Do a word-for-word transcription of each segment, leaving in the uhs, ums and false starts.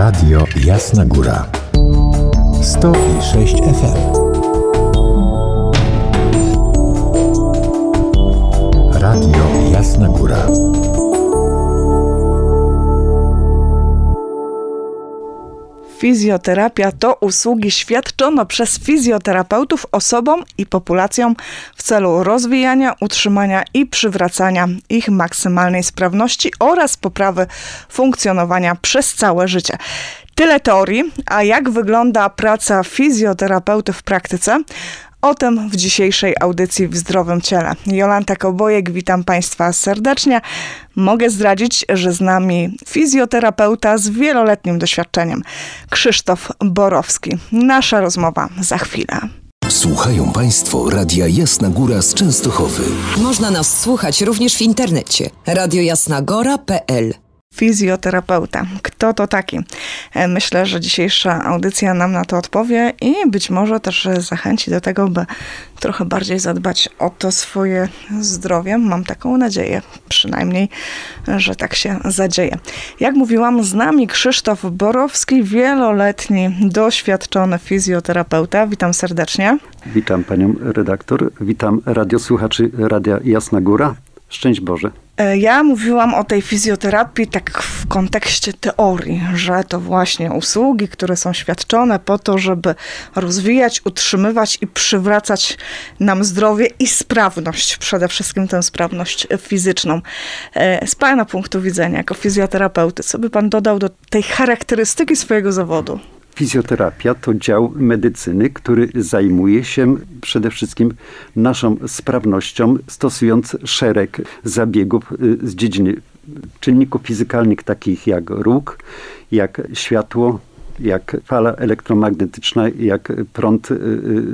Radio Jasna Góra sto sześć F M. Radio Jasna Góra. Fizjoterapia to usługi świadczone przez fizjoterapeutów osobom i populacjom w celu rozwijania, utrzymania i przywracania ich maksymalnej sprawności oraz poprawy funkcjonowania przez całe życie. Tyle teorii, a jak wygląda praca fizjoterapeuty w praktyce? O tym w dzisiejszej audycji w Zdrowym Ciele. Jolanta Kobojek, witam Państwa serdecznie. Mogę zdradzić, że z nami fizjoterapeuta z wieloletnim doświadczeniem, Krzysztof Borowski. Nasza rozmowa za chwilę. Słuchają Państwo Radia Jasna Góra z Częstochowy. Można nas słuchać również w internecie. radio jasna góra kropka p l. Fizjoterapeuta. Kto to taki? Myślę, że dzisiejsza audycja nam na to odpowie i być może też zachęci do tego, by trochę bardziej zadbać o to swoje zdrowie. Mam taką nadzieję, przynajmniej, że tak się zadzieje. Jak mówiłam, z nami Krzysztof Borowski, wieloletni, doświadczony fizjoterapeuta. Witam serdecznie. Witam Panią redaktor, witam radiosłuchaczy Radia Jasna Góra. Szczęść Boże. Ja mówiłam o tej fizjoterapii tak w kontekście teorii, że to właśnie usługi, które są świadczone po to, żeby rozwijać, utrzymywać i przywracać nam zdrowie i sprawność, przede wszystkim tę sprawność fizyczną. Z Pana punktu widzenia jako fizjoterapeuty, co by Pan dodał do tej charakterystyki swojego zawodu? Fizjoterapia to dział medycyny, który zajmuje się przede wszystkim naszą sprawnością, stosując szereg zabiegów z dziedziny czynników fizykalnych, takich jak ruch, jak światło, jak fala elektromagnetyczna, jak prąd y,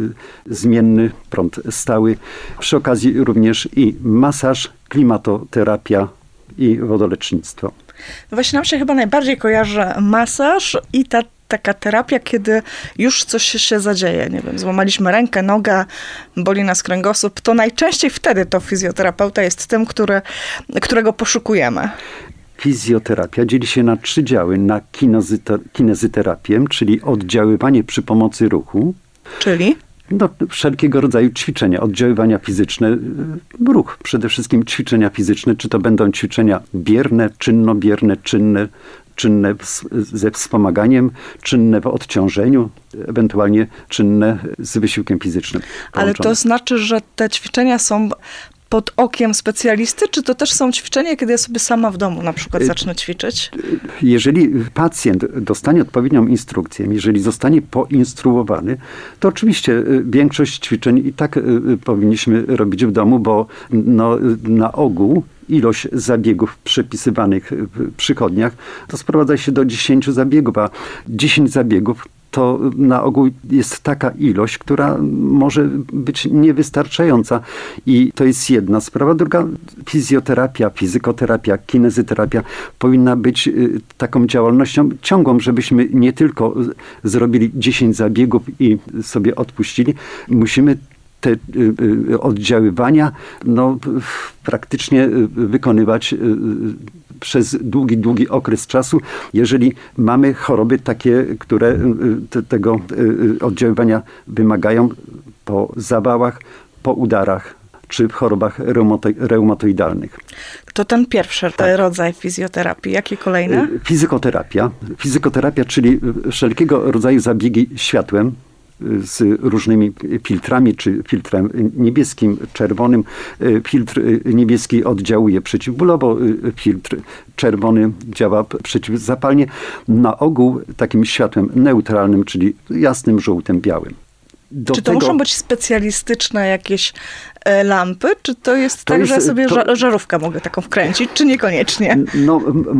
y, zmienny, prąd stały. Przy okazji również i masaż, klimatoterapia i wodolecznictwo. Właśnie nam się chyba najbardziej kojarzy masaż i ta taka terapia, kiedy już coś się zadzieje. Nie wiem, złamaliśmy rękę, nogę, boli nas kręgosłup, to najczęściej wtedy to fizjoterapeuta jest tym, który, którego poszukujemy. Fizjoterapia dzieli się na trzy działy. Na kinezyter- kinezyterapię, czyli oddziaływanie przy pomocy ruchu. Czyli? No, wszelkiego rodzaju ćwiczenia, oddziaływania fizyczne, ruch, przede wszystkim ćwiczenia fizyczne, czy to będą ćwiczenia bierne, czynnobierne, czynne, czynne ze wspomaganiem, czynne w odciążeniu, ewentualnie czynne z wysiłkiem fizycznym połączone. Ale to znaczy, że te ćwiczenia są pod okiem specjalisty, czy to też są ćwiczenia, kiedy ja sobie sama w domu na przykład zacznę ćwiczyć? Jeżeli pacjent dostanie odpowiednią instrukcję, jeżeli zostanie poinstruowany, to oczywiście większość ćwiczeń i tak powinniśmy robić w domu, bo no, na ogół ilość zabiegów przepisywanych w przychodniach to sprowadza się do dziesięciu zabiegów, a dziesięć zabiegów to na ogół jest taka ilość, która może być niewystarczająca. I to jest jedna sprawa. Druga, fizjoterapia, fizykoterapia, kinezyterapia powinna być taką działalnością ciągłą, żebyśmy nie tylko zrobili dziesięć zabiegów i sobie odpuścili. Musimy te y, oddziaływania no, praktycznie wykonywać y, przez długi, długi okres czasu. Jeżeli mamy choroby takie, które y, te, tego y, oddziaływania wymagają po zawałach, po udarach, czy w chorobach reumato- reumatoidalnych. To ten pierwszy tak. rodzaj fizjoterapii. Jakie kolejne? Fizykoterapia. Fizykoterapia, czyli wszelkiego rodzaju zabiegi światłem, z różnymi filtrami, czy filtrem niebieskim, czerwonym. Filtr niebieski oddziałuje przeciwbólowo, filtr czerwony działa przeciwzapalnie. Na ogół takim światłem neutralnym, czyli jasnym, żółtym, białym. Do czy to tego... muszą być specjalistyczne jakieś e, lampy, czy to jest to tak, jest, że sobie to... ża- żarówkę mogę taką wkręcić, czy niekoniecznie? No,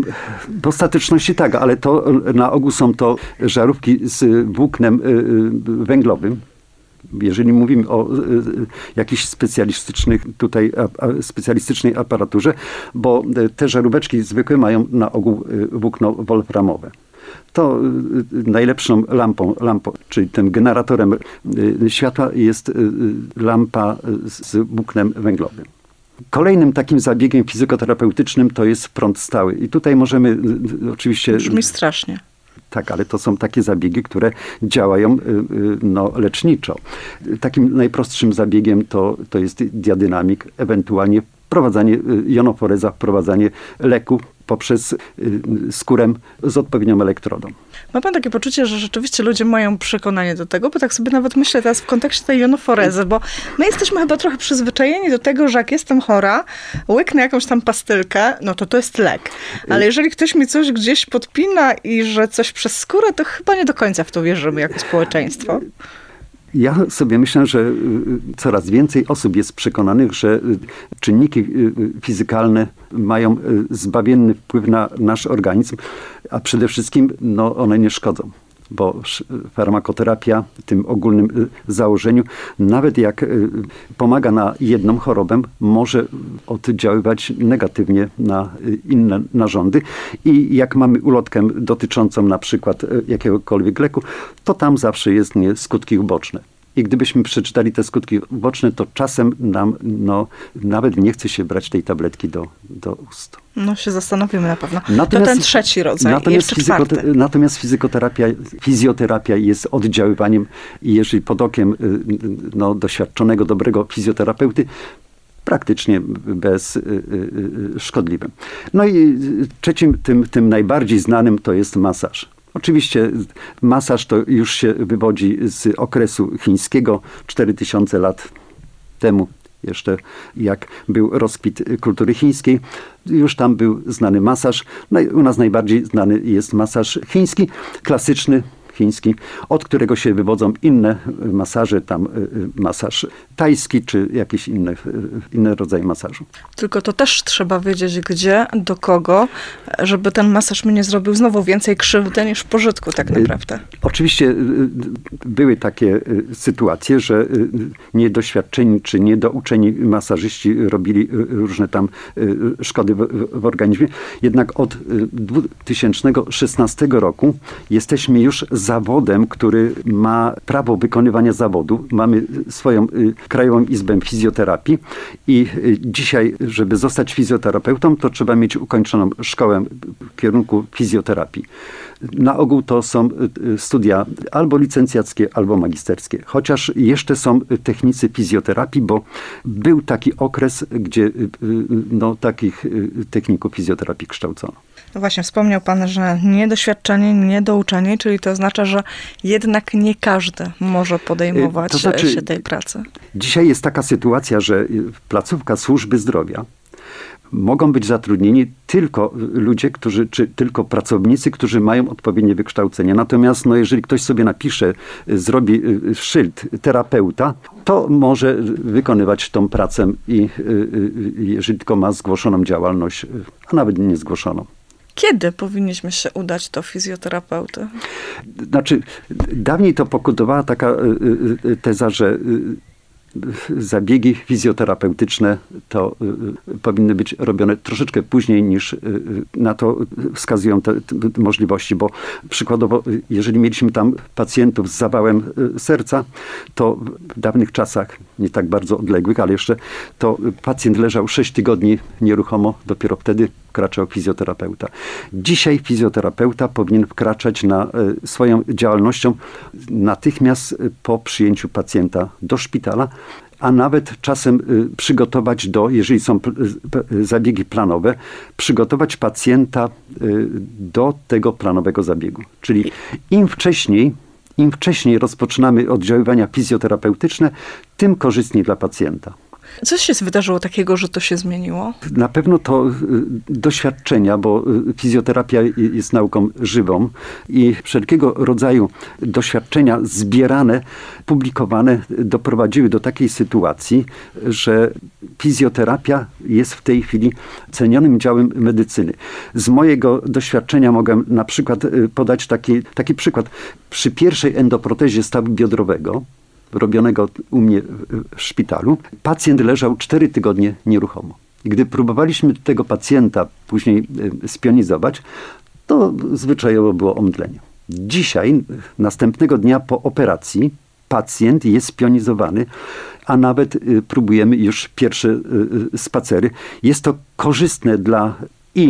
w ostateczności tak, ale to na ogół są to żarówki z włóknem y, węglowym. Jeżeli mówimy o y, jakichś specjalistycznych tutaj a, a, specjalistycznej aparaturze, bo te żaróweczki zwykłe mają na ogół y, włókno wolframowe. To y, najlepszą lampą, lampą, czyli tym generatorem y, światła jest y, lampa z włóknem węglowym. Kolejnym takim zabiegiem fizykoterapeutycznym to jest prąd stały. I tutaj możemy y, oczywiście... Brzmi strasznie. Tak, ale to są takie zabiegi, które działają no, leczniczo. Takim najprostszym zabiegiem to, to jest diadynamik, ewentualnie wprowadzanie jonoforeza, wprowadzanie leku poprzez skórę z odpowiednią elektrodą. Ma pan takie poczucie, że rzeczywiście ludzie mają przekonanie do tego, bo tak sobie nawet myślę teraz w kontekście tej jonoforezy, bo my jesteśmy chyba trochę przyzwyczajeni do tego, że jak jestem chora, łyknę jakąś tam pastylkę, no to to jest lek. Ale jeżeli ktoś mi coś gdzieś podpina i że coś przez skórę, to chyba nie do końca w to wierzymy jako społeczeństwo. Ja sobie myślę, że coraz więcej osób jest przekonanych, że czynniki fizykalne mają zbawienny wpływ na nasz organizm, a przede wszystkim no, one nie szkodzą. Bo farmakoterapia w tym ogólnym założeniu, nawet jak pomaga na jedną chorobę, może oddziaływać negatywnie na inne narządy. I jak mamy ulotkę dotyczącą na przykład jakiegokolwiek leku, to tam zawsze jest nie skutki uboczne. I gdybyśmy przeczytali te skutki uboczne, to czasem nam no, nawet nie chce się brać tej tabletki do, do ust. No się zastanowimy na pewno. Natomiast, to ten trzeci rodzaj, natomiast jeszcze czwarty. Fizyko, natomiast fizykoterapia, fizjoterapia jest oddziaływaniem i jeżeli pod okiem no, doświadczonego, dobrego fizjoterapeuty, praktycznie bez y, y, szkodliwym. No i trzecim, tym, tym najbardziej znanym to jest masaż. Oczywiście masaż to już się wywodzi z okresu chińskiego, cztery tysiące lat temu, jeszcze jak był rozkwit kultury chińskiej, już tam był znany masaż. No i u nas najbardziej znany jest masaż chiński, klasyczny chiński, od którego się wywodzą inne masaże, tam masaż tajski, czy jakieś inne, inne rodzaje masażu. Tylko to też trzeba wiedzieć gdzie, do kogo, żeby ten masaż mi nie zrobił znowu więcej krzywdy niż pożytku tak naprawdę. Oczywiście były takie sytuacje, że niedoświadczeni czy niedouczeni masażyści robili różne tam szkody w, w organizmie. Jednak od dwa tysiące szesnastego roku jesteśmy już zawodem, który ma prawo wykonywania zawodu. Mamy swoją Krajową Izbę Fizjoterapii i dzisiaj, żeby zostać fizjoterapeutą, to trzeba mieć ukończoną szkołę w kierunku fizjoterapii. Na ogół to są studia albo licencjackie, albo magisterskie. Chociaż jeszcze są technicy fizjoterapii, bo był taki okres, gdzie no, takich techników fizjoterapii kształcono. No właśnie, wspomniał pan, że niedoświadczenie, niedouczenie, czyli to oznacza, że jednak nie każdy może podejmować to znaczy, się tej pracy. Dzisiaj jest taka sytuacja, że w placówkach służby zdrowia mogą być zatrudnieni tylko ludzie, którzy, czy tylko pracownicy, którzy mają odpowiednie wykształcenie. Natomiast no, jeżeli ktoś sobie napisze, zrobi szyld terapeuta, to może wykonywać tą pracę i jeżeli tylko ma zgłoszoną działalność, a nawet niezgłoszoną. Kiedy powinniśmy się udać do fizjoterapeuty? Znaczy, dawniej to pokutowała taka teza, że zabiegi fizjoterapeutyczne to y, powinny być robione troszeczkę później niż y, na to wskazują te, te możliwości, bo przykładowo, jeżeli mieliśmy tam pacjentów z zawałem y, serca, to w dawnych czasach, nie tak bardzo odległych, ale jeszcze, to pacjent leżał sześć tygodni nieruchomo, dopiero wtedy wkraczał fizjoterapeuta. Dzisiaj fizjoterapeuta powinien wkraczać na y, swoją działalnością natychmiast po przyjęciu pacjenta do szpitala, a nawet czasem y, przygotować do, jeżeli są p- p- zabiegi planowe, przygotować pacjenta y, do tego planowego zabiegu. Czyli im wcześniej, im wcześniej rozpoczynamy oddziaływania fizjoterapeutyczne, tym korzystniej dla pacjenta. Co się wydarzyło takiego, że to się zmieniło? Na pewno to y, doświadczenia, bo y, fizjoterapia jest nauką żywą i wszelkiego rodzaju doświadczenia zbierane, publikowane doprowadziły do takiej sytuacji, że fizjoterapia jest w tej chwili cenionym działem medycyny. Z mojego doświadczenia mogę na przykład y, podać taki, taki przykład. Przy pierwszej endoprotezie stawu biodrowego, robionego u mnie w szpitalu, pacjent leżał cztery tygodnie nieruchomo. I gdy próbowaliśmy tego pacjenta później spionizować, to zwyczajowo było omdlenie. Dzisiaj, następnego dnia po operacji, pacjent jest spionizowany, a nawet próbujemy już pierwsze spacery. Jest to korzystne dla i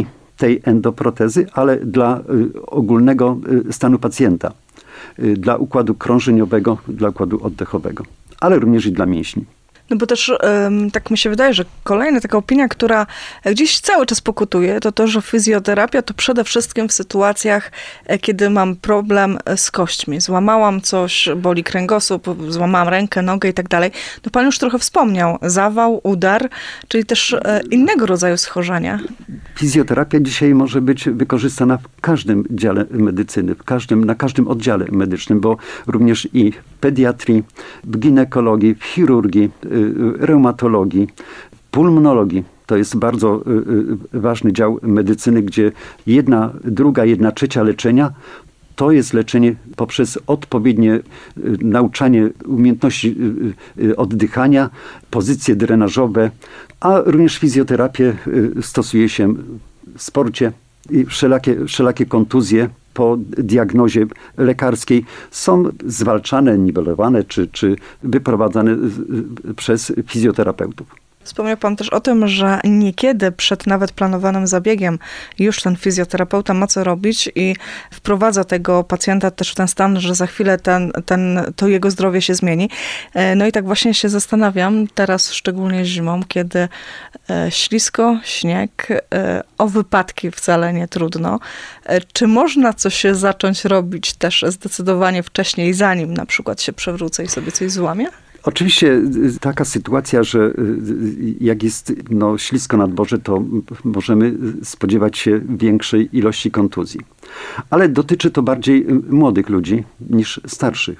tej endoprotezy, ale dla ogólnego stanu pacjenta, dla układu krążeniowego, dla układu oddechowego, ale również i dla mięśni. No bo też um, tak mi się wydaje, że kolejna taka opinia, która gdzieś cały czas pokutuje, to to, że fizjoterapia to przede wszystkim w sytuacjach, kiedy mam problem z kośćmi. Złamałam coś, boli kręgosłup, złamałam rękę, nogę i tak dalej. No pan już trochę wspomniał, zawał, udar, czyli też e, innego rodzaju schorzenia. Fizjoterapia dzisiaj może być wykorzystana w każdym dziale medycyny, w każdym, na każdym oddziale medycznym, bo również i w pediatrii, w ginekologii, w chirurgii, reumatologii, pulmonologii. To jest bardzo ważny dział medycyny, gdzie jedna, druga, jedna trzecia leczenia to jest leczenie poprzez odpowiednie nauczanie umiejętności oddychania, pozycje drenażowe, a również fizjoterapię stosuje się w sporcie i wszelakie, wszelakie kontuzje po diagnozie lekarskiej są zwalczane, niwelowane czy, czy wyprowadzane przez fizjoterapeutów. Wspomniał pan też o tym, że niekiedy przed nawet planowanym zabiegiem już ten fizjoterapeuta ma co robić i wprowadza tego pacjenta też w ten stan, że za chwilę ten, ten, to jego zdrowie się zmieni. No i tak właśnie się zastanawiam, teraz szczególnie zimą, kiedy ślisko, śnieg, o wypadki wcale nie trudno. Czy można coś zacząć robić też zdecydowanie wcześniej, zanim na przykład się przewrócę i sobie coś złamię? Oczywiście taka sytuacja, że jak jest no, ślisko na dworze, to możemy spodziewać się większej ilości kontuzji. Ale dotyczy to bardziej młodych ludzi niż starszych,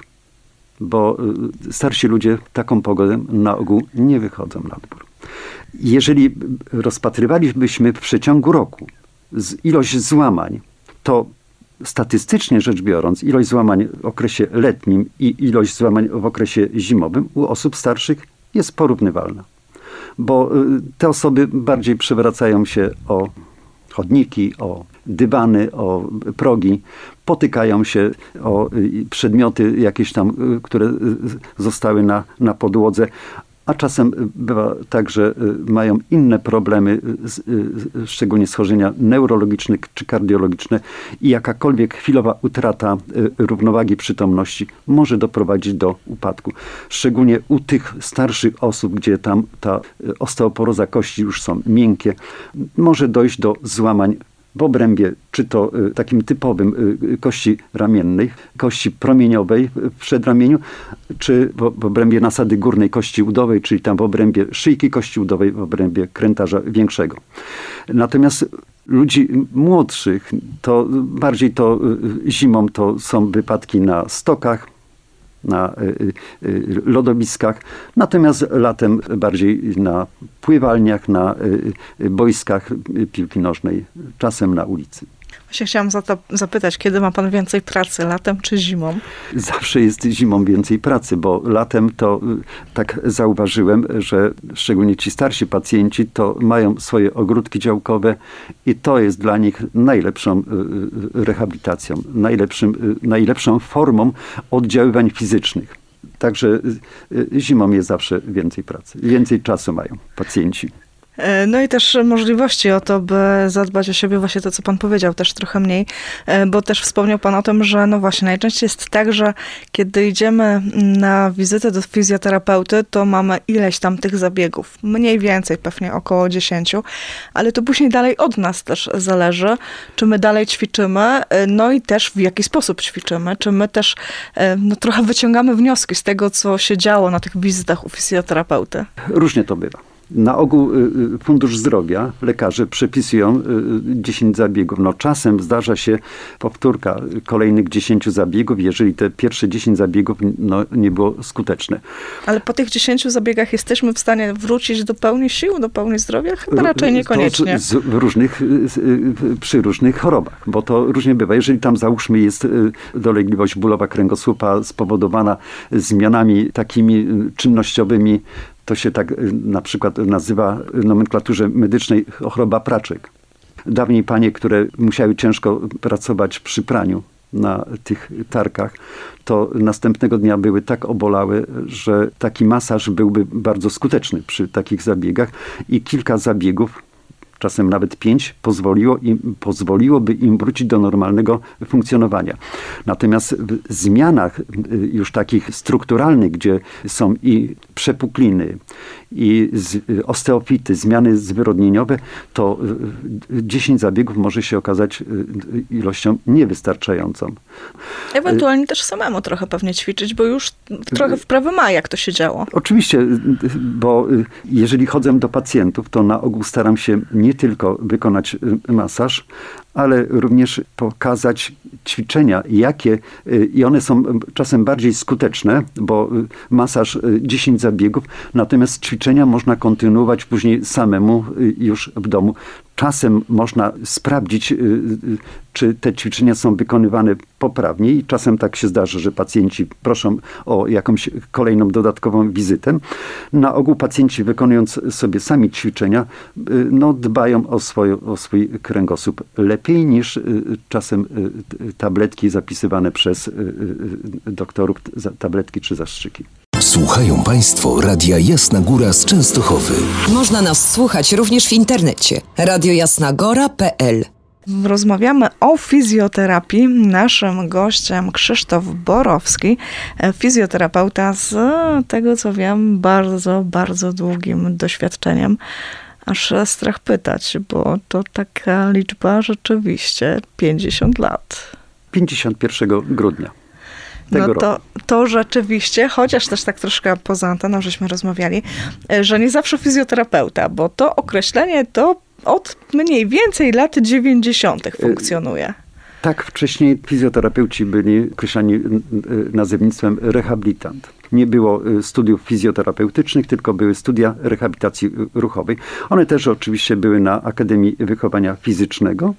bo starsi ludzie w taką pogodę na ogół nie wychodzą na dwór. Jeżeli rozpatrywalibyśmy w przeciągu roku ilość złamań, to statystycznie rzecz biorąc, ilość złamań w okresie letnim i ilość złamań w okresie zimowym u osób starszych jest porównywalna. Bo te osoby bardziej przewracają się o chodniki, o dywany, o progi, potykają się o przedmioty jakieś tam, które zostały na, na podłodze. A czasem bywa tak, że mają inne problemy, szczególnie schorzenia neurologiczne czy kardiologiczne i jakakolwiek chwilowa utrata równowagi przytomności może doprowadzić do upadku. Szczególnie u tych starszych osób, gdzie tam ta osteoporoza kości już są miękkie, może dojść do złamań w obrębie, czy to y, takim typowym y, kości ramiennej, kości promieniowej w przedramieniu, czy w, w obrębie nasady górnej kości udowej, czyli tam w obrębie szyjki kości udowej, w obrębie krętarza większego. Natomiast ludzi młodszych, to bardziej to y, zimą to są wypadki na stokach, na y, y, lodowiskach, natomiast latem bardziej na pływalniach, na y, y, boiskach piłki nożnej, czasem na ulicy. Właśnie chciałam za to zapytać, kiedy ma pan więcej pracy, latem czy zimą? Zawsze jest zimą więcej pracy, bo latem to tak zauważyłem, że szczególnie ci starsi pacjenci to mają swoje ogródki działkowe i to jest dla nich najlepszą rehabilitacją, najlepszym, najlepszą formą oddziaływań fizycznych. Także zimą jest zawsze więcej pracy, więcej czasu mają pacjenci. No i też możliwości o to, by zadbać o siebie, właśnie to, co pan powiedział, też trochę mniej, bo też wspomniał pan o tym, że no właśnie najczęściej jest tak, że kiedy idziemy na wizytę do fizjoterapeuty, to mamy ileś tam tych zabiegów, mniej więcej, pewnie około dziesięciu, ale to później dalej od nas też zależy, czy my dalej ćwiczymy, no i też w jaki sposób ćwiczymy, czy my też no, trochę wyciągamy wnioski z tego, co się działo na tych wizytach u fizjoterapeuty. Różnie to bywa. Na ogół Fundusz Zdrowia, lekarze przepisują dziesięć zabiegów. No czasem zdarza się powtórka kolejnych dziesięciu zabiegów, jeżeli te pierwsze dziesięć zabiegów no, nie było skuteczne. Ale po tych dziesięciu zabiegach jesteśmy w stanie wrócić do pełni sił, do pełni zdrowia? Chyba raczej niekoniecznie. To z, w różnych, przy różnych chorobach, bo to różnie bywa. Jeżeli tam załóżmy jest dolegliwość bólowa kręgosłupa spowodowana zmianami takimi czynnościowymi, to się tak na przykład nazywa w nomenklaturze medycznej choroba praczek. Dawniej panie, które musiały ciężko pracować przy praniu na tych tarkach, to następnego dnia były tak obolałe, że taki masaż byłby bardzo skuteczny przy takich zabiegach i kilka zabiegów, czasem nawet pięć, pozwoliło im, pozwoliłoby im wrócić do normalnego funkcjonowania. Natomiast w zmianach już takich strukturalnych, gdzie są i przepukliny, i osteofity, zmiany zwyrodnieniowe, to dziesięć zabiegów może się okazać ilością niewystarczającą. Ewentualnie też samemu trochę pewnie ćwiczyć, bo już trochę wprawy ma, jak to się działo. Oczywiście, bo jeżeli chodzę do pacjentów, to na ogół staram się nie tylko wykonać masaż, ale również pokazać ćwiczenia, jakie, i one są czasem bardziej skuteczne, bo masaż dziesięć zabiegów, natomiast ćwiczenia można kontynuować później samemu już w domu. Czasem można sprawdzić, czy te ćwiczenia są wykonywane poprawnie i czasem tak się zdarza, że pacjenci proszą o jakąś kolejną dodatkową wizytę. Na ogół pacjenci, wykonując sobie sami ćwiczenia, no, dbają o, swoje, o swój kręgosłup lepiej niż czasem tabletki zapisywane przez doktorów, tabletki czy zastrzyki. Słuchają Państwo Radia Jasna Góra z Częstochowy. Można nas słuchać również w internecie. radio jasna gora kropka pe el. Rozmawiamy o fizjoterapii. Naszym gościem Krzysztof Borowski, fizjoterapeuta z tego, co wiem, bardzo, bardzo długim doświadczeniem. Aż strach pytać, bo to taka liczba rzeczywiście pięćdziesiąt lat. pięćdziesiątego pierwszego grudnia. No to, to rzeczywiście, chociaż też tak troszkę poza anteną żeśmy rozmawiali, że nie zawsze fizjoterapeuta, bo to określenie to od mniej więcej lat dziewięćdziesiątych funkcjonuje. Tak, wcześniej fizjoterapeuci byli określani nazewnictwem rehabilitant. Nie było studiów fizjoterapeutycznych, tylko były studia rehabilitacji ruchowej. One też oczywiście były na Akademii Wychowania Fizycznego.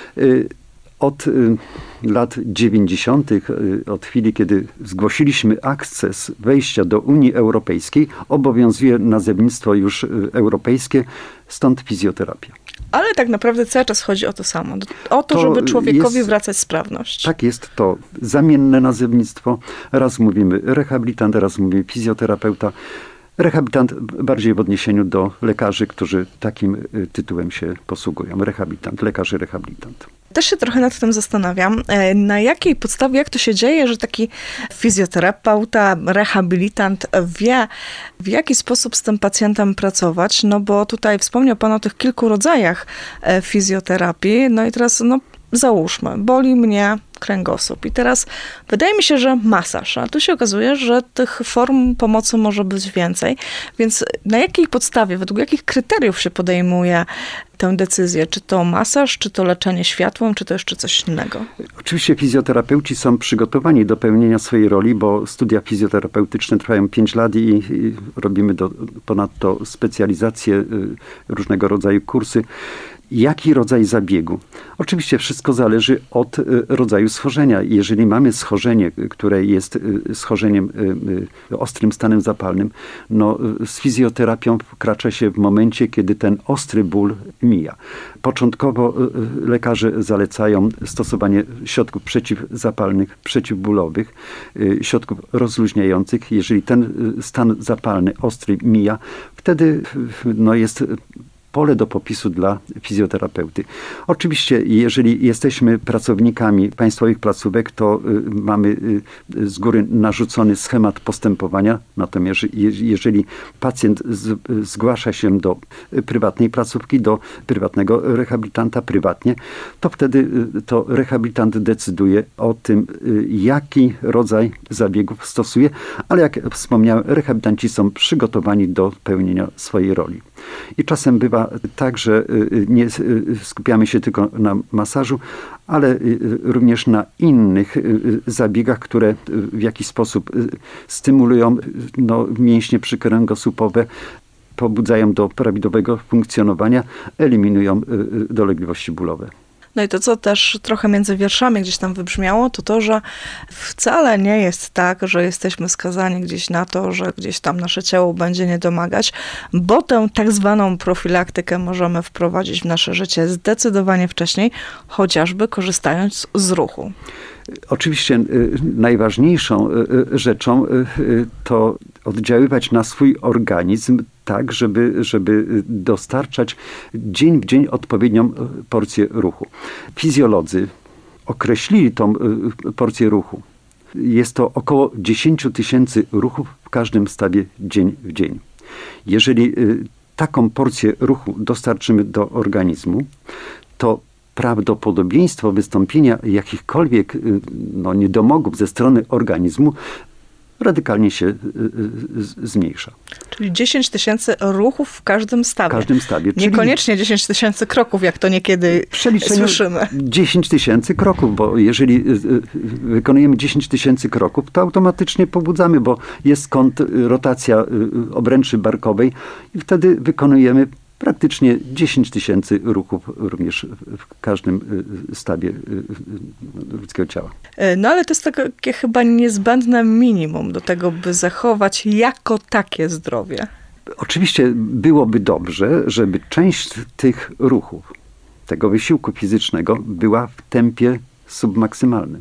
Od lat dziewięćdziesiątych, od chwili, kiedy zgłosiliśmy akces wejścia do Unii Europejskiej, obowiązuje nazewnictwo już europejskie, stąd fizjoterapia. Ale tak naprawdę cały czas chodzi o to samo. O to, to żeby człowiekowi jest, wracać sprawność. Tak jest to zamienne nazewnictwo. Raz mówimy rehabilitant, raz mówimy fizjoterapeuta. Rehabilitant bardziej w odniesieniu do lekarzy, którzy takim tytułem się posługują. Rehabilitant, lekarzy rehabilitant. Też się trochę nad tym zastanawiam, na jakiej podstawie, jak to się dzieje, że taki fizjoterapeuta, rehabilitant wie, w jaki sposób z tym pacjentem pracować, no bo tutaj wspomniał Pan o tych kilku rodzajach fizjoterapii, no i teraz, no załóżmy, boli mnie kręgosłup i teraz wydaje mi się, że masaż, a tu się okazuje, że tych form pomocy może być więcej, więc na jakiej podstawie, według jakich kryteriów się podejmuje tę decyzję? Czy to masaż, czy to leczenie światłem, czy to jeszcze coś innego? Oczywiście fizjoterapeuci są przygotowani do pełnienia swojej roli, bo studia fizjoterapeutyczne trwają pięć lat i, i robimy do, ponadto specjalizacje, różnego rodzaju kursy. Jaki rodzaj zabiegu? Oczywiście wszystko zależy od rodzaju schorzenia. Jeżeli mamy schorzenie, które jest schorzeniem ostrym stanem zapalnym, no z fizjoterapią wkracza się w momencie, kiedy ten ostry ból mija. Początkowo lekarze zalecają stosowanie środków przeciwzapalnych, przeciwbólowych, środków rozluźniających. Jeżeli ten stan zapalny, ostry mija, wtedy no, jest pole do popisu dla fizjoterapeuty. Oczywiście, jeżeli jesteśmy pracownikami państwowych placówek, to y, mamy y, z góry narzucony schemat postępowania. Natomiast jeżeli pacjent z, y, zgłasza się do y, prywatnej placówki, do prywatnego rehabilitanta prywatnie, to wtedy y, to rehabilitant decyduje o tym, y, jaki rodzaj zabiegów stosuje, ale jak wspomniałem, rehabilitanci są przygotowani do pełnienia swojej roli. I czasem bywa tak, że nie skupiamy się tylko na masażu, ale również na innych zabiegach, które w jakiś sposób stymulują no, mięśnie przykręgosłupowe, pobudzają do prawidłowego funkcjonowania, eliminują dolegliwości bólowe. No i to, co też trochę między wierszami gdzieś tam wybrzmiało, to to, że wcale nie jest tak, że jesteśmy skazani gdzieś na to, że gdzieś tam nasze ciało będzie nie domagać, bo tę tak zwaną profilaktykę możemy wprowadzić w nasze życie zdecydowanie wcześniej, chociażby korzystając z ruchu. Oczywiście najważniejszą rzeczą to oddziaływać na swój organizm tak, żeby, żeby dostarczać dzień w dzień odpowiednią porcję ruchu. Fizjolodzy określili tą porcję ruchu. Jest to około dziesięć tysięcy ruchów w każdym stawie dzień w dzień. Jeżeli taką porcję ruchu dostarczymy do organizmu, to prawdopodobieństwo wystąpienia jakichkolwiek no, niedomogów ze strony organizmu radykalnie się y, y, zmniejsza. Czyli dziesięć tysięcy ruchów w każdym stawie. W każdym stawie. Czyli niekoniecznie dziesięć tysięcy kroków, jak to niekiedy słyszymy. dziesięć tysięcy kroków, bo jeżeli y, y, wykonujemy dziesięć tysięcy kroków, to automatycznie pobudzamy, bo jest kąt y, rotacja y, obręczy barkowej i wtedy wykonujemy praktycznie dziesięć tysięcy ruchów również w każdym stawie ludzkiego ciała. No ale to jest takie chyba niezbędne minimum do tego, by zachować jako takie zdrowie. Oczywiście byłoby dobrze, żeby część tych ruchów, tego wysiłku fizycznego była w tempie submaksymalnym.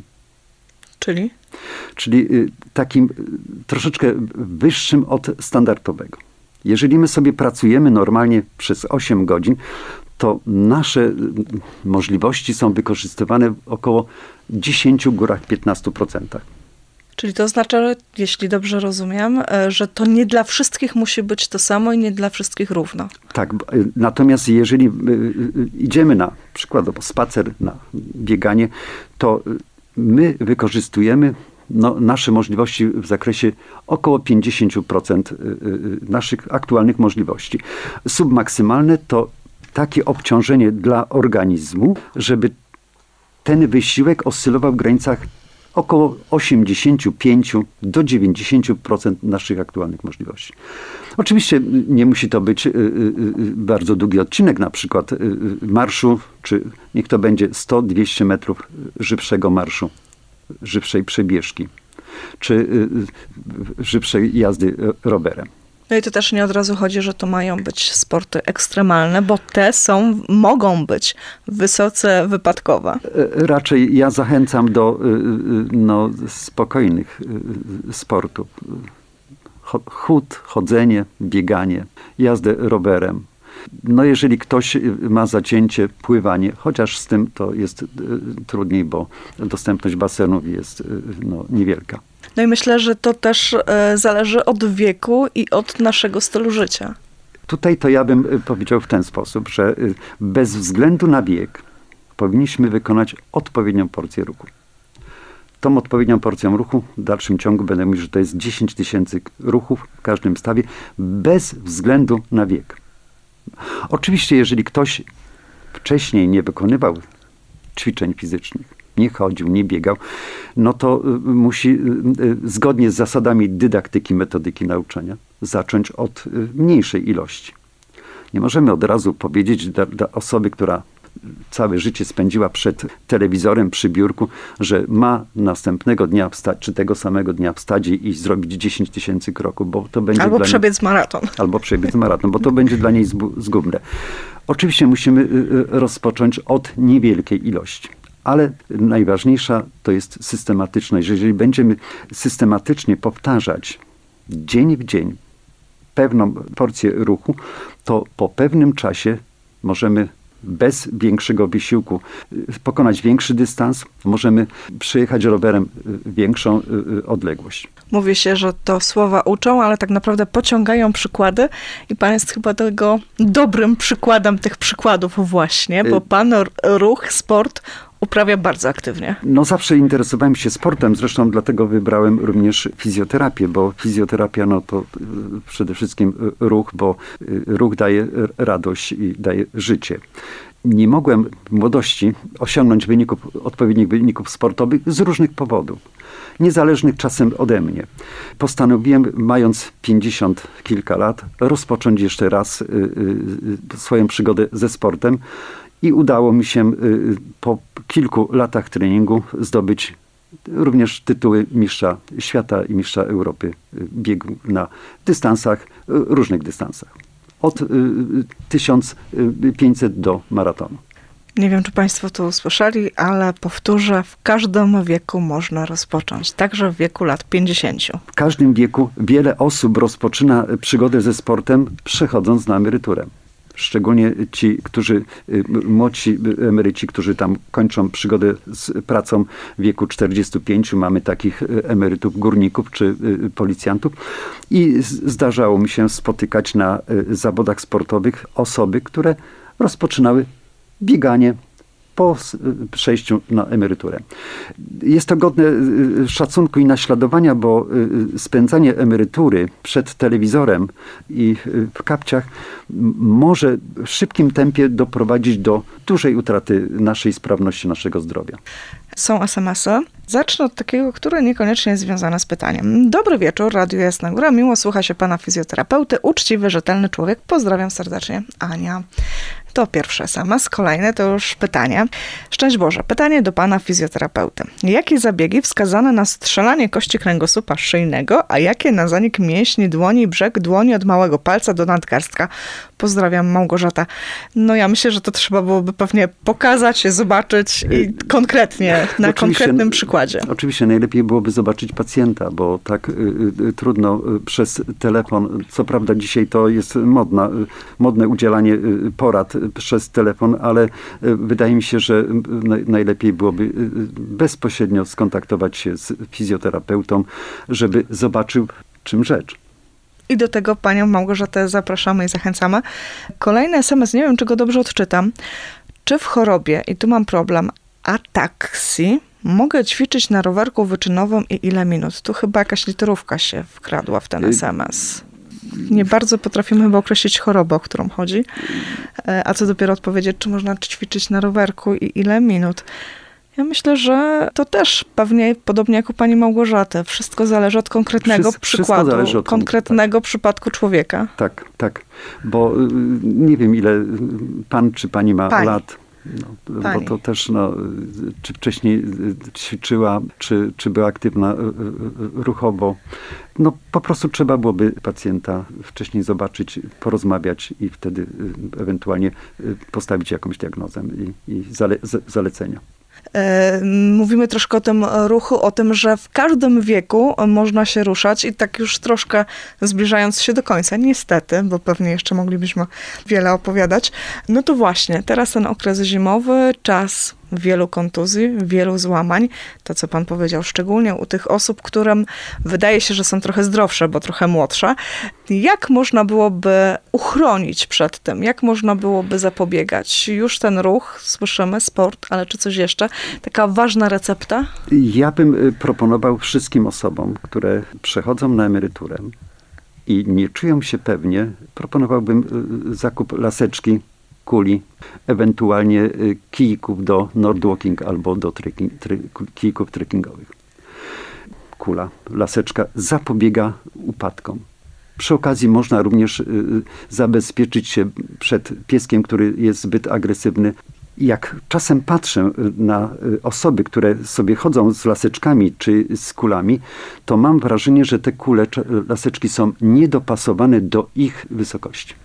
Czyli? Czyli takim troszeczkę wyższym od standardowego. Jeżeli my sobie pracujemy normalnie przez osiem godzin, to nasze możliwości są wykorzystywane w około dziesięć, górach piętnaście procent. Czyli to oznacza, jeśli dobrze rozumiem, że to nie dla wszystkich musi być to samo i nie dla wszystkich równo. Tak, natomiast jeżeli idziemy na przykładowo spacer, na bieganie, to my wykorzystujemy No, nasze możliwości w zakresie około pięćdziesiąt procent naszych aktualnych możliwości. Submaksymalne to takie obciążenie dla organizmu, żeby ten wysiłek oscylował w granicach około osiemdziesiąt pięć do dziewięćdziesiąt procent naszych aktualnych możliwości. Oczywiście nie musi to być bardzo długi odcinek, na przykład marszu, czy niech to będzie sto dwieście metrów żywszego marszu, żywszej przebieżki, czy y, żywszej jazdy rowerem. No i to też nie od razu chodzi, że to mają być sporty ekstremalne, bo te są, mogą być wysoce wypadkowe. Raczej ja zachęcam do no, spokojnych sportów. Chód, chodzenie, bieganie, jazdę rowerem. No jeżeli ktoś ma zacięcie, pływanie, chociaż z tym to jest y, trudniej, bo dostępność basenów jest y, no, niewielka. No i myślę, że to też y, zależy od wieku i od naszego stylu życia. Tutaj to ja bym powiedział w ten sposób, że y, bez względu na wiek powinniśmy wykonać odpowiednią porcję ruchu. Tą odpowiednią porcją ruchu w dalszym ciągu będę mówił, że to jest dziesięć tysięcy ruchów w każdym stawie, bez względu na wiek. Oczywiście, jeżeli ktoś wcześniej nie wykonywał ćwiczeń fizycznych, nie chodził, nie biegał, no to musi zgodnie z zasadami dydaktyki, metodyki nauczania zacząć od mniejszej ilości. Nie możemy od razu powiedzieć dla, dla osoby, która całe życie spędziła przed telewizorem przy biurku, że ma następnego dnia wstać, czy tego samego dnia wstać i zrobić dziesięć tysięcy kroków, bo to będzie Albo dla przebiec niej, maraton. Albo przebiec maraton, bo to będzie dla niej zgubne. Oczywiście musimy rozpocząć od niewielkiej ilości. Ale najważniejsza to jest systematyczność. Jeżeli będziemy systematycznie powtarzać dzień w dzień pewną porcję ruchu, to po pewnym czasie możemy bez większego wysiłku pokonać większy dystans, możemy przejechać rowerem większą odległość. Mówi się, że to słowa uczą, ale tak naprawdę pociągają przykłady i pan jest chyba tego dobrym przykładem tych przykładów właśnie, bo pan ruch, sport uprawia bardzo aktywnie. No zawsze interesowałem się sportem, zresztą dlatego wybrałem również fizjoterapię, bo fizjoterapia no to przede wszystkim ruch, bo ruch daje radość i daje życie. Nie mogłem w młodości osiągnąć wyników, odpowiednich wyników sportowych z różnych powodów, niezależnych czasem ode mnie. Postanowiłem, mając pięćdziesiąt kilka lat, rozpocząć jeszcze raz y, y, swoją przygodę ze sportem i udało mi się y, po kilku latach treningu zdobyć również tytuły mistrza świata i mistrza Europy y, biegu na dystansach, y, różnych dystansach. Od y, tysiąc pięćset do maratonu. Nie wiem, czy Państwo to usłyszeli, ale powtórzę, w każdym wieku można rozpocząć, także w wieku lat pięćdziesięciu. W każdym wieku wiele osób rozpoczyna przygodę ze sportem, przechodząc na emeryturę. Szczególnie ci, którzy, młodsi emeryci, którzy tam kończą przygodę z pracą w wieku czterdziestu pięciu. Mamy takich emerytów, górników czy policjantów. I zdarzało mi się spotykać na zawodach sportowych osoby, które rozpoczynały bieganie po przejściu na emeryturę. Jest to godne szacunku i naśladowania, bo spędzanie emerytury przed telewizorem i w kapciach może w szybkim tempie doprowadzić do dużej utraty naszej sprawności, naszego zdrowia. Są es em esy. Zacznę od takiego, które niekoniecznie jest związane z pytaniem. Dobry wieczór, Radio Jasna Góra. Miło słucha się pana fizjoterapeuty. Uczciwy, rzetelny człowiek. Pozdrawiam serdecznie. Ania. To pierwszy es em es. Kolejne to już pytanie. Szczęść Boże. Pytanie do pana fizjoterapeuty. Jakie zabiegi wskazane na strzelanie kości kręgosłupa szyjnego, a jakie na zanik mięśni dłoni, brzeg dłoni od małego palca do nadgarstka? Pozdrawiam, Małgorzata. No ja myślę, że to trzeba byłoby pewnie pokazać, zobaczyć i konkretnie, na Oczywiście, konkretnym przykładzie. Oczywiście najlepiej byłoby zobaczyć pacjenta, bo tak y, y, trudno y, przez telefon, co prawda dzisiaj to jest modna, y, modne udzielanie y, porad y, przez telefon, ale y, wydaje mi się, że y, naj, najlepiej byłoby y, bezpośrednio skontaktować się z fizjoterapeutą, żeby zobaczył, czym rzecz. I do tego panią Małgorzatę zapraszamy i zachęcamy. Kolejny es em es, nie wiem, czy go dobrze odczytam. Czy w chorobie, i tu mam problem, ataksji, mogę ćwiczyć na rowerku wyczynowym i ile minut? Tu chyba jakaś literówka się wkradła w ten es em es. Nie bardzo potrafimy chyba określić chorobę, o którą chodzi. A co dopiero odpowiedzieć, czy można ćwiczyć na rowerku i ile minut? Ja myślę, że to też pewnie, podobnie jak u pani Małgorzaty, wszystko zależy od konkretnego Wszystko, przykładu, wszystko zależy od konkretnego tak. przypadku człowieka. Tak, tak. Bo y, nie wiem, ile pan czy pani ma pani. lat. No, bo to też, no, czy wcześniej ćwiczyła, czy, czy była aktywna ruchowo. No po prostu trzeba byłoby pacjenta wcześniej zobaczyć, porozmawiać i wtedy ewentualnie postawić jakąś diagnozę i, i zale, zalecenia. Mówimy troszkę o tym ruchu, o tym, że w każdym wieku można się ruszać i tak już troszkę zbliżając się do końca, niestety, bo pewnie jeszcze moglibyśmy wiele opowiadać. No to właśnie, teraz ten okres zimowy, czas wielu kontuzji, wielu złamań. To, co pan powiedział, szczególnie u tych osób, którym wydaje się, że są trochę zdrowsze, bo trochę młodsze. Jak można byłoby uchronić przed tym? Jak można byłoby zapobiegać? Już ten ruch, słyszymy, sport, ale czy coś jeszcze? Taka ważna recepta? Ja bym proponował wszystkim osobom, które przechodzą na emeryturę i nie czują się pewnie, proponowałbym zakup laseczki, kuli, ewentualnie kijków do nordwalking albo do trekking, tre, kijków trekkingowych. Kula, laseczka zapobiega upadkom. Przy okazji można również y, zabezpieczyć się przed pieskiem, który jest zbyt agresywny. Jak czasem patrzę na osoby, które sobie chodzą z laseczkami czy z kulami, to mam wrażenie, że te kule, laseczki są niedopasowane do ich wysokości.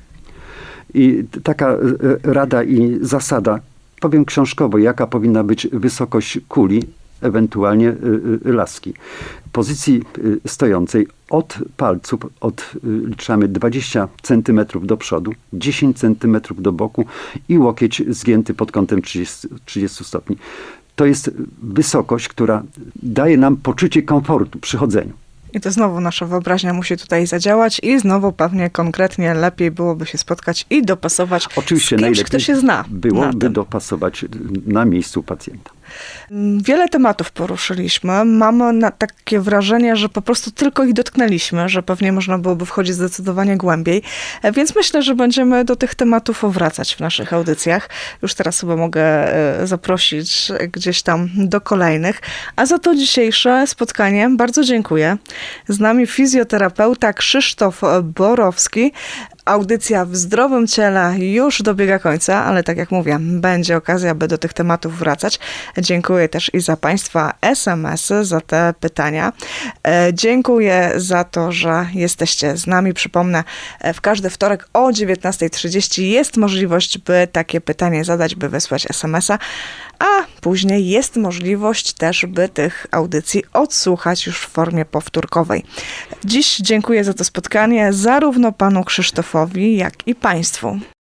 I taka rada i zasada, powiem książkowo, jaka powinna być wysokość kuli, ewentualnie laski. W pozycji stojącej od palców odliczamy dwadzieścia centymetrów do przodu, dziesięć centymetrów do boku i łokieć zgięty pod kątem trzydzieści stopni. To jest wysokość, która daje nam poczucie komfortu przy chodzeniu. I to znowu nasza wyobraźnia musi tutaj zadziałać i znowu pewnie konkretnie lepiej byłoby się spotkać i dopasować Oczywiście z kimś, kto się zna. Byłoby dopasować na miejscu pacjenta. Wiele tematów poruszyliśmy. Mamy na takie wrażenie, że po prostu tylko ich dotknęliśmy, że pewnie można byłoby wchodzić zdecydowanie głębiej. Więc myślę, że będziemy do tych tematów wracać w naszych audycjach. Już teraz chyba mogę zaprosić gdzieś tam do kolejnych. A za to dzisiejsze spotkanie bardzo dziękuję. Z nami fizjoterapeuta Krzysztof Borowski. Audycja W zdrowym ciele już dobiega końca, ale tak jak mówię, będzie okazja, by do tych tematów wracać. Dziękuję też i za Państwa es em esy, za te pytania. Dziękuję za to, że jesteście z nami. Przypomnę, w każdy wtorek o dziewiętnasta trzydzieści jest możliwość, by takie pytanie zadać, by wysłać es em esa, a później jest możliwość też, by tych audycji odsłuchać już w formie powtórkowej. Dziś dziękuję za to spotkanie zarówno panu Krzysztofowi, jak i państwu.